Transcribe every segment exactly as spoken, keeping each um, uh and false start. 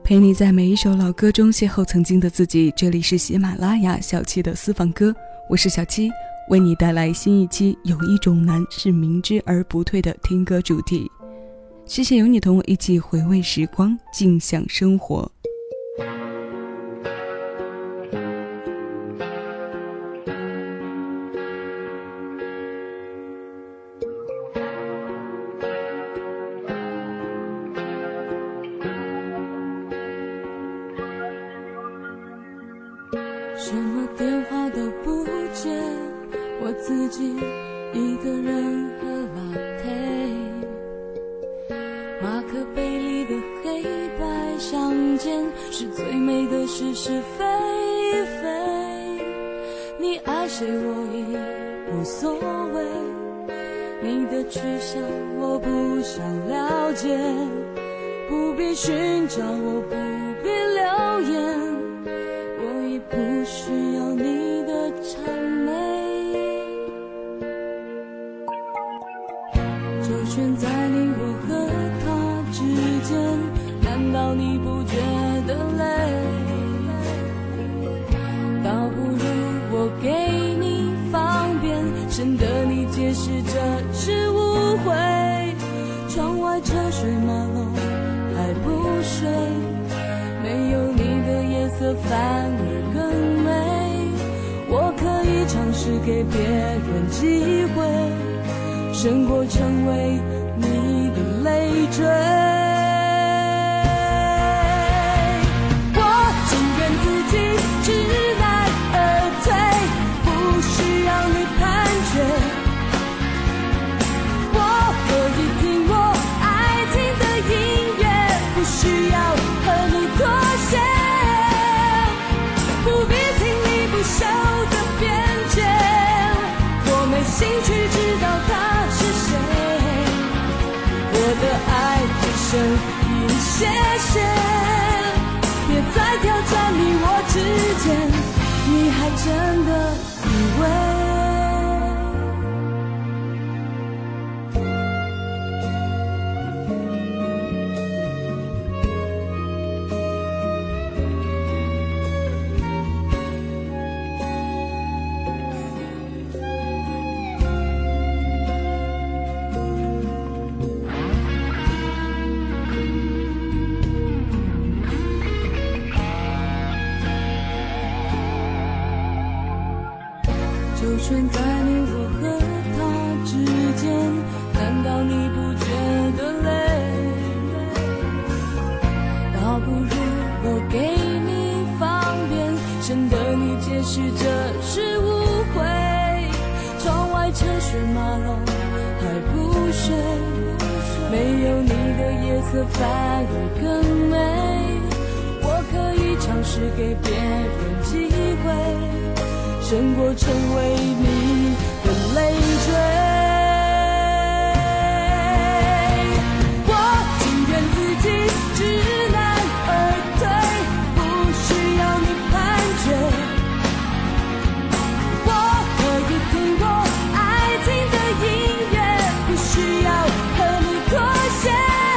陪你在每一首老歌中邂逅曾经的自己。这里是喜马拉雅小七的私房歌，我是小七，为你带来新一期有一种难是明知而不退的听歌主题。谢谢有你同我一起回味时光，静享生活。 什么电话都不接，我自己一个人喝 latte， 马克杯里的黑白相间，是最美的是是非非。你爱谁我已无所谓，你的去向我不想了解，不必寻找我不必留言，不需要你的谄媚，周旋在你我和他之间，难道你不觉得累？倒不如我给你方便，省得你解释这是误会。窗外车水马龙还不睡，没有你的夜色反而更美，我可以尝试给别人机会，胜过成为你的累赘。我情愿自己知难而退，不需要你判决，我可以听我爱听的音乐，不需要和你妥协，不必听你不朽的偏见，我没兴趣知道他是谁，我的爱只剩一些些，别再挑战你我之间，你还真的以为周旋在你我和他之间，难道你不觉得累？倒不如我给你方便，省得你解释这是误会。窗外车水马龙还不睡，没有你的夜色反而更美，我可以尝试给别人机会，胜过成为你的累赘。我情愿自己知难而退，不需要你判决，我可以听我爱听的音乐，不需要和你妥协，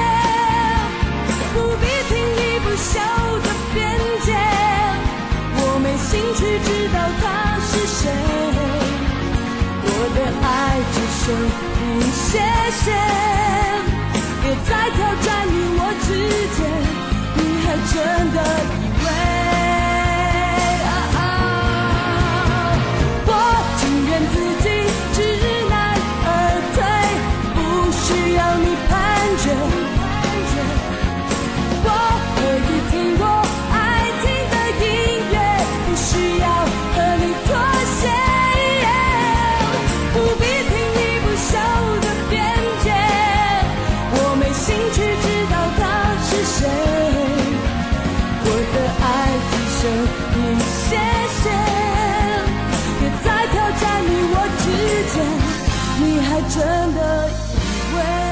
不必听你不朽的偏见，我没兴趣知道他是谁，我的爱只剩一些些，别再挑战你我之间，你还真的以为、啊啊、我情愿自己知难而退，不需要你判决，我可以听我爱听的音乐，不需要和你妥协，不必听你不朽的偏见，我没兴趣知道他是谁，我的爱只剩一些些，别再挑战你我之间，你还真的以为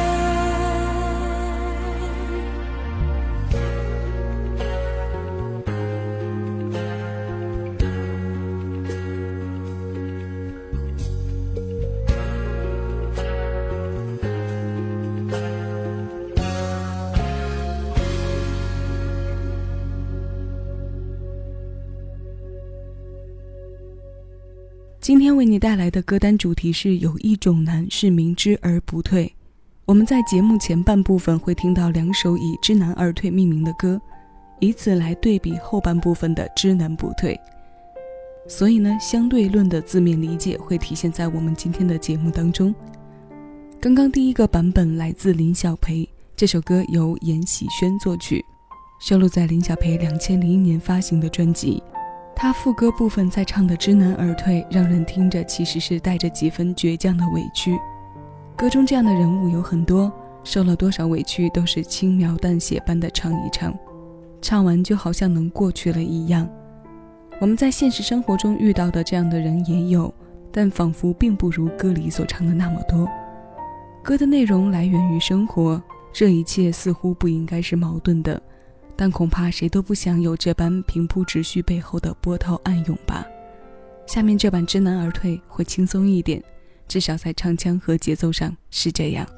今天为你带来的歌单主题是有一种难是明知而不退。我们在节目前半部分会听到两首以知难而退命名的歌，以此来对比后半部分的知难不退。所以呢，相对论的字面理解会体现在我们今天的节目当中。刚刚第一个版本来自林小培，这首歌由严喜轩作曲，收录在林小培两千零一年发行的专辑。他副歌部分在唱的知难而退，让人听着其实是带着几分倔强的委屈。歌中这样的人物有很多，受了多少委屈都是轻描淡写般的唱一唱，唱完就好像能过去了一样。我们在现实生活中遇到的这样的人也有，但仿佛并不如歌里所唱的那么多。歌的内容来源于生活，这一切似乎不应该是矛盾的，但恐怕谁都不想有这般平铺直叙背后的波涛暗涌吧。下面这版知难而退会轻松一点，至少在唱腔和节奏上是这样。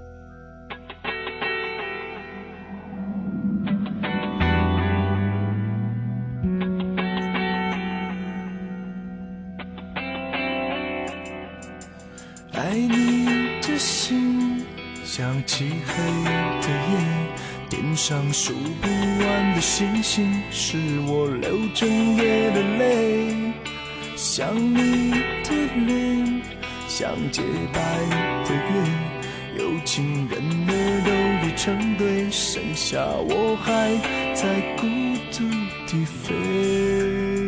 爱你的心像漆黑的夜，天上数不完的星星是我流整夜的泪，想你的脸像洁白的月，有情人儿都已成对，剩下我还在孤独地飞。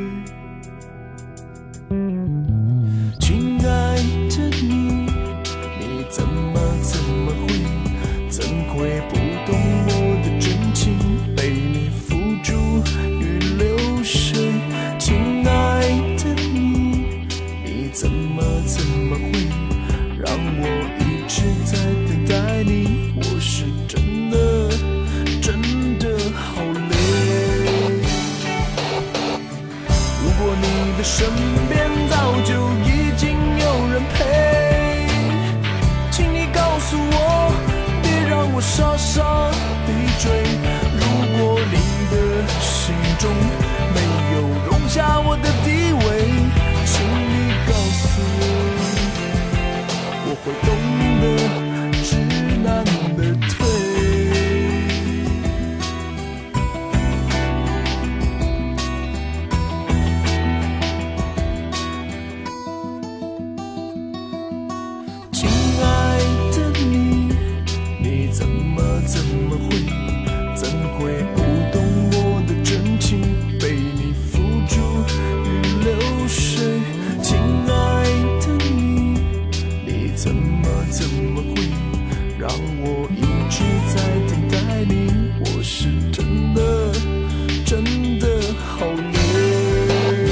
亲爱的你，你怎么怎么会怎会不懂我的真情，被你付诸于流水。亲爱的你，你怎么怎么会让我一直在等待你，我是真的真的好累。如果你的身边早就已经有人陪，请你告诉我，别让我傻傻地追。如果你的心中没有容下我的地位，请你告诉我，我会懂得知难的退。亲爱的你，你怎么怎么会怎会不懂我的真情，被你付诸于流水。亲爱的你，你怎么怎么会让我一直在等待你，我是真的真的好累。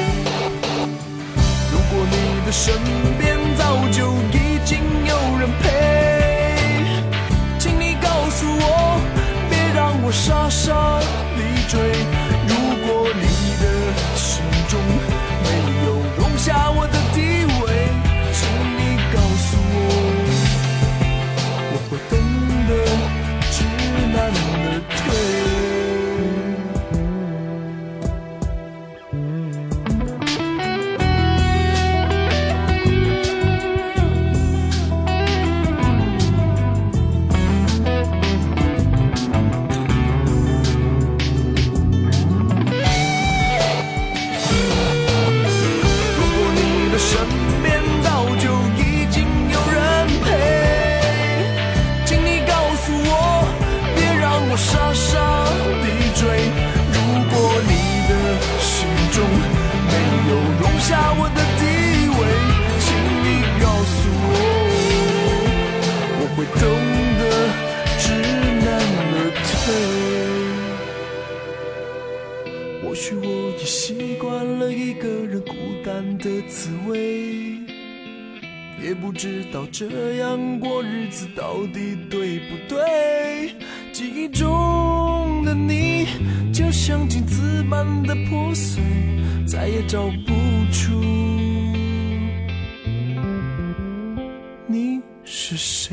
如果你的身边早就已经有人陪，请你告诉我，别让我傻傻地追。如果你的心中没有容下我的地位，请你告诉我，我会懂得知难的退。身边早就已经有人陪，请你告诉我，别让我傻傻地追。如果你的心中没有容下我的地位，请你告诉我，我会懂得知难而退。或许我已习惯了一个人孤单的滋味，也不知道这样过日子到底对不对。记忆中的你就像镜子般的破碎，再也找不出你是谁。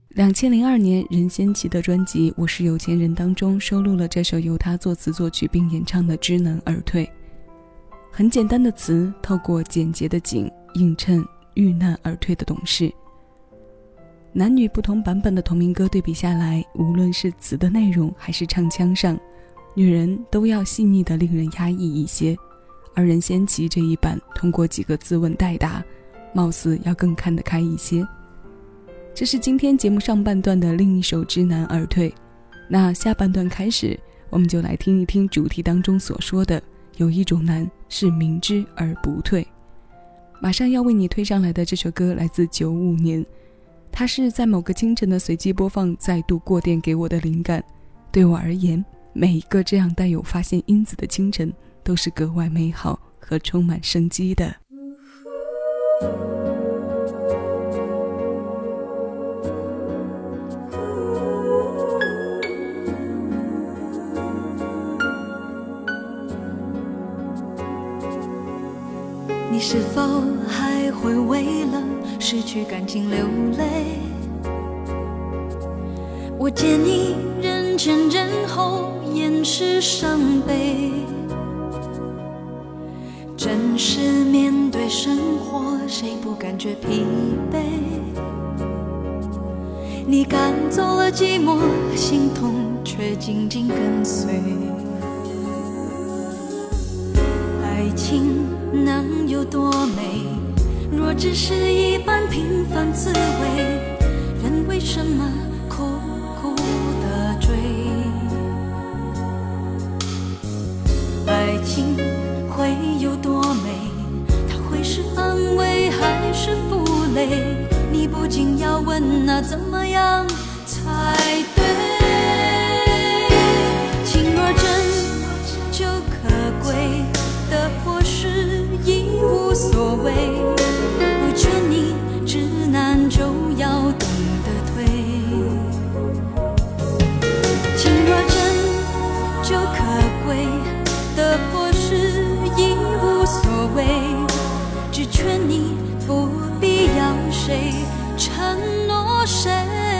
两千零二年任贤齐的专辑《我是有钱人》当中收录了这首由他作词作曲并演唱的《知难而退》。很简单的词，透过简洁的景映衬遇难而退的懂事。男女不同版本的同名歌对比下来，无论是词的内容还是唱腔上，女人都要细腻的令人压抑一些，而任贤齐这一版通过几个自问代答，貌似要更看得开一些。这是今天节目上半段的另一首《知难而退》，那下半段开始，我们就来听一听主题当中所说的有一种难是明知而不退。马上要为你推上来的这首歌来自九五年，它是在某个清晨的随机播放再度过电给我的灵感。对我而言，每一个这样带有发现因子的清晨都是格外美好和充满生机的。 你是否还会为了失去感情流泪？我见你人前人后掩饰伤悲，真实面对生活，谁不感觉疲惫？你赶走了寂寞，心痛却紧紧跟随。爱情能有多美？若只是一般平凡滋味，人为什么苦苦地追？爱情会有多美？它会是安慰还是负累？你不禁要问，那怎么样才对？情若真就可贵，得或失已无所谓，我劝你知难就要懂得退。情若真就可贵，得或失已无所谓，只劝你不必要谁承诺谁。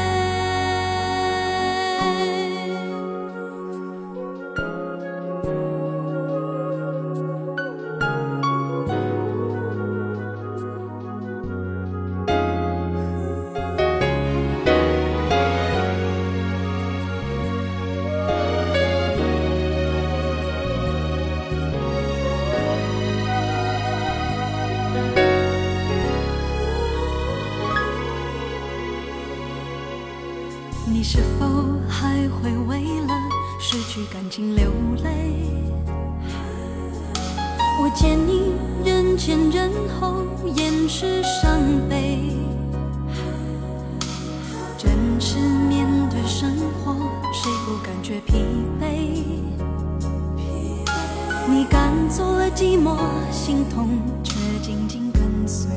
你是否还会为了失去感情流泪？我见你人前人后掩饰伤悲，真实面对生活，谁不感觉疲惫？你赶走了寂寞，心痛却紧紧跟随。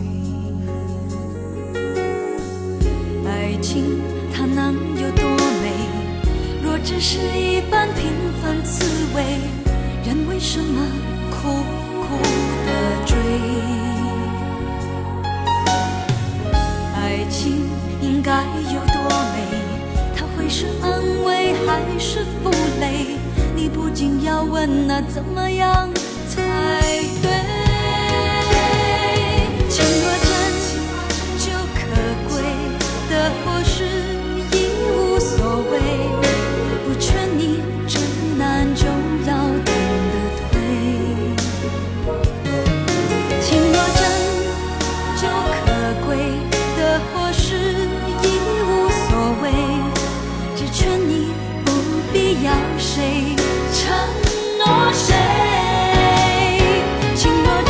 爱情它能有多美？若只是一般平凡滋味，人为什么苦苦地追？爱情应该有多美？它会是安慰还是负累？你不禁要问，那怎么样才对？情若真就可贵，得或失已无所谓，不劝你知难就要懂得退。情若真就可贵，得或失已无所谓，只劝你不必要谁承诺谁。情若真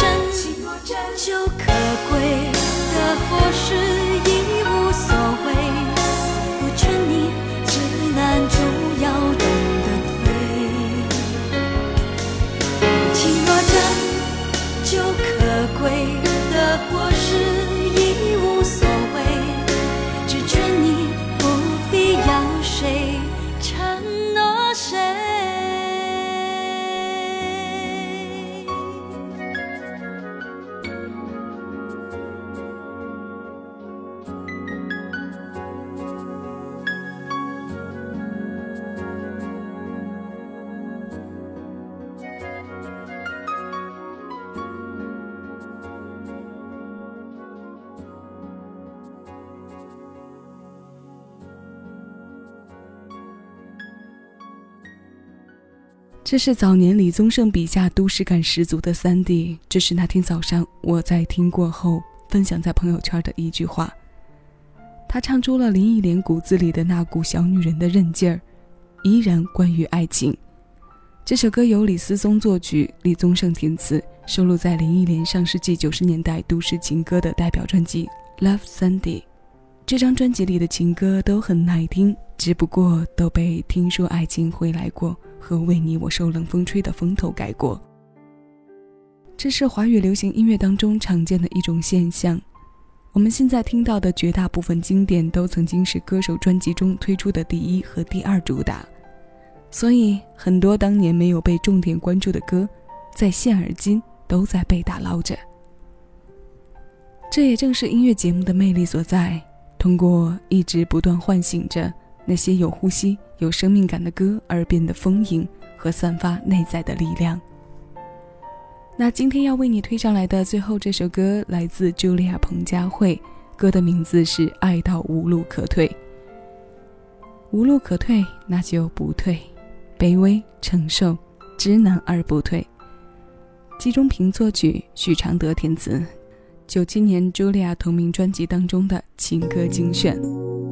这是早年李宗盛笔下都市感十足的三 D， 这是那天早上我在听过后分享在朋友圈的一句话。他唱出了林忆莲骨子里的那股小女人的韧劲儿，依然关于爱情。这首歌由李思松作曲，李宗盛填词，收录在林忆莲上世纪九十年代都市情歌的代表专辑 Love Sandy。 这张专辑里的情歌都很耐听，只不过都被听说爱情回来过和为你我受冷风吹的风头盖过。这是华语流行音乐当中常见的一种现象，我们现在听到的绝大部分经典都曾经是歌手专辑中推出的第一和第二主打，所以很多当年没有被重点关注的歌，在现而今都在被打捞着。这也正是音乐节目的魅力所在，通过一直不断唤醒着那些有呼吸有生命感的歌而变得丰盈和散发内在的力量。那今天要为你推上来的最后这首歌来自茱莉亚·彭佳慧，歌的名字是爱到无路可退。无路可退，那就不退，卑微承受，知难而不退。季中平作曲，许常德填词，九七年茱莉亚同名专辑当中的情歌精选。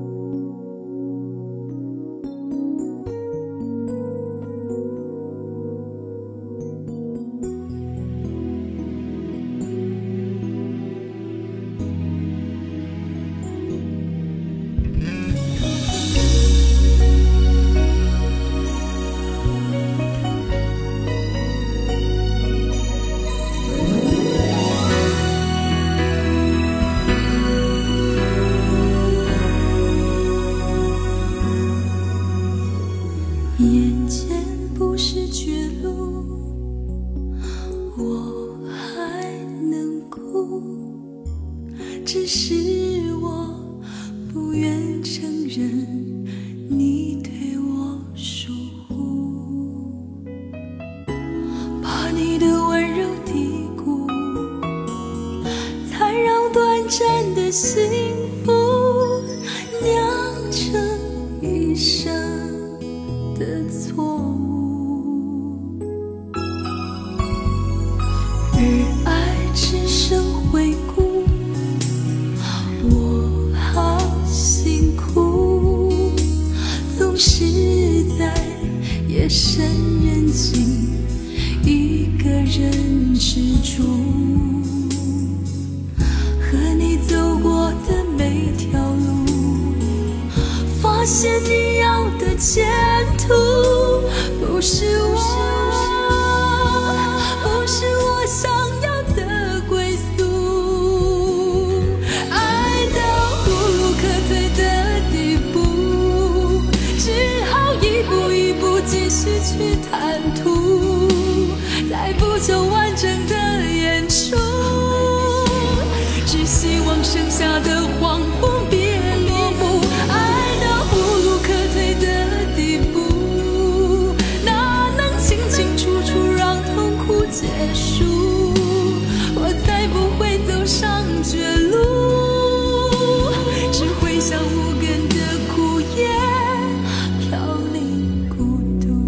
眼前不是绝路，我还能哭，只是我不愿承认你对我疏忽，把你的温柔低估，才让短暂的幸福酿成一生的错误。而爱只剩回顾，我好辛苦，总是在夜深人静一个人吃住，和你走过的每条路，发现你要的前途不是我，不是我想要的归宿，爱到无路可退的地步，只好一步一步继续去探图，再不求完整的演出，只希望剩下的黄昏别落幕，爱到无路可退的地步，哪能清清楚楚让痛苦结束，我再不会走上绝路，只会像无根的枯叶飘零孤独。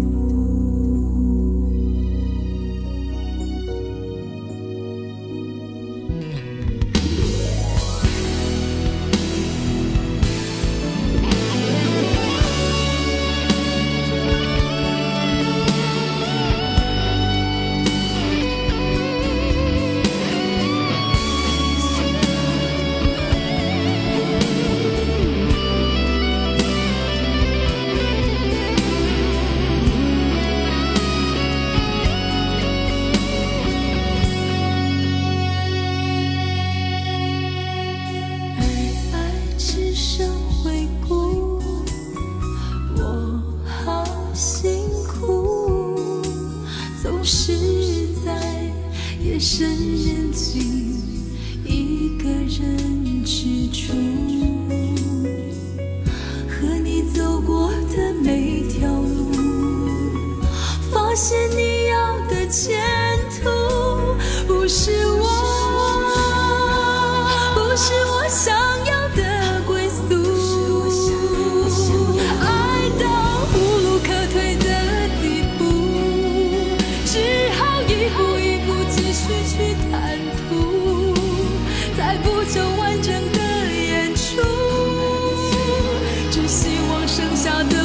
深人静，一个人吃住，和你走过的每条路，发现你要的前途不是我，不是我想要的归宿，爱到无路可退的地步， 剩下的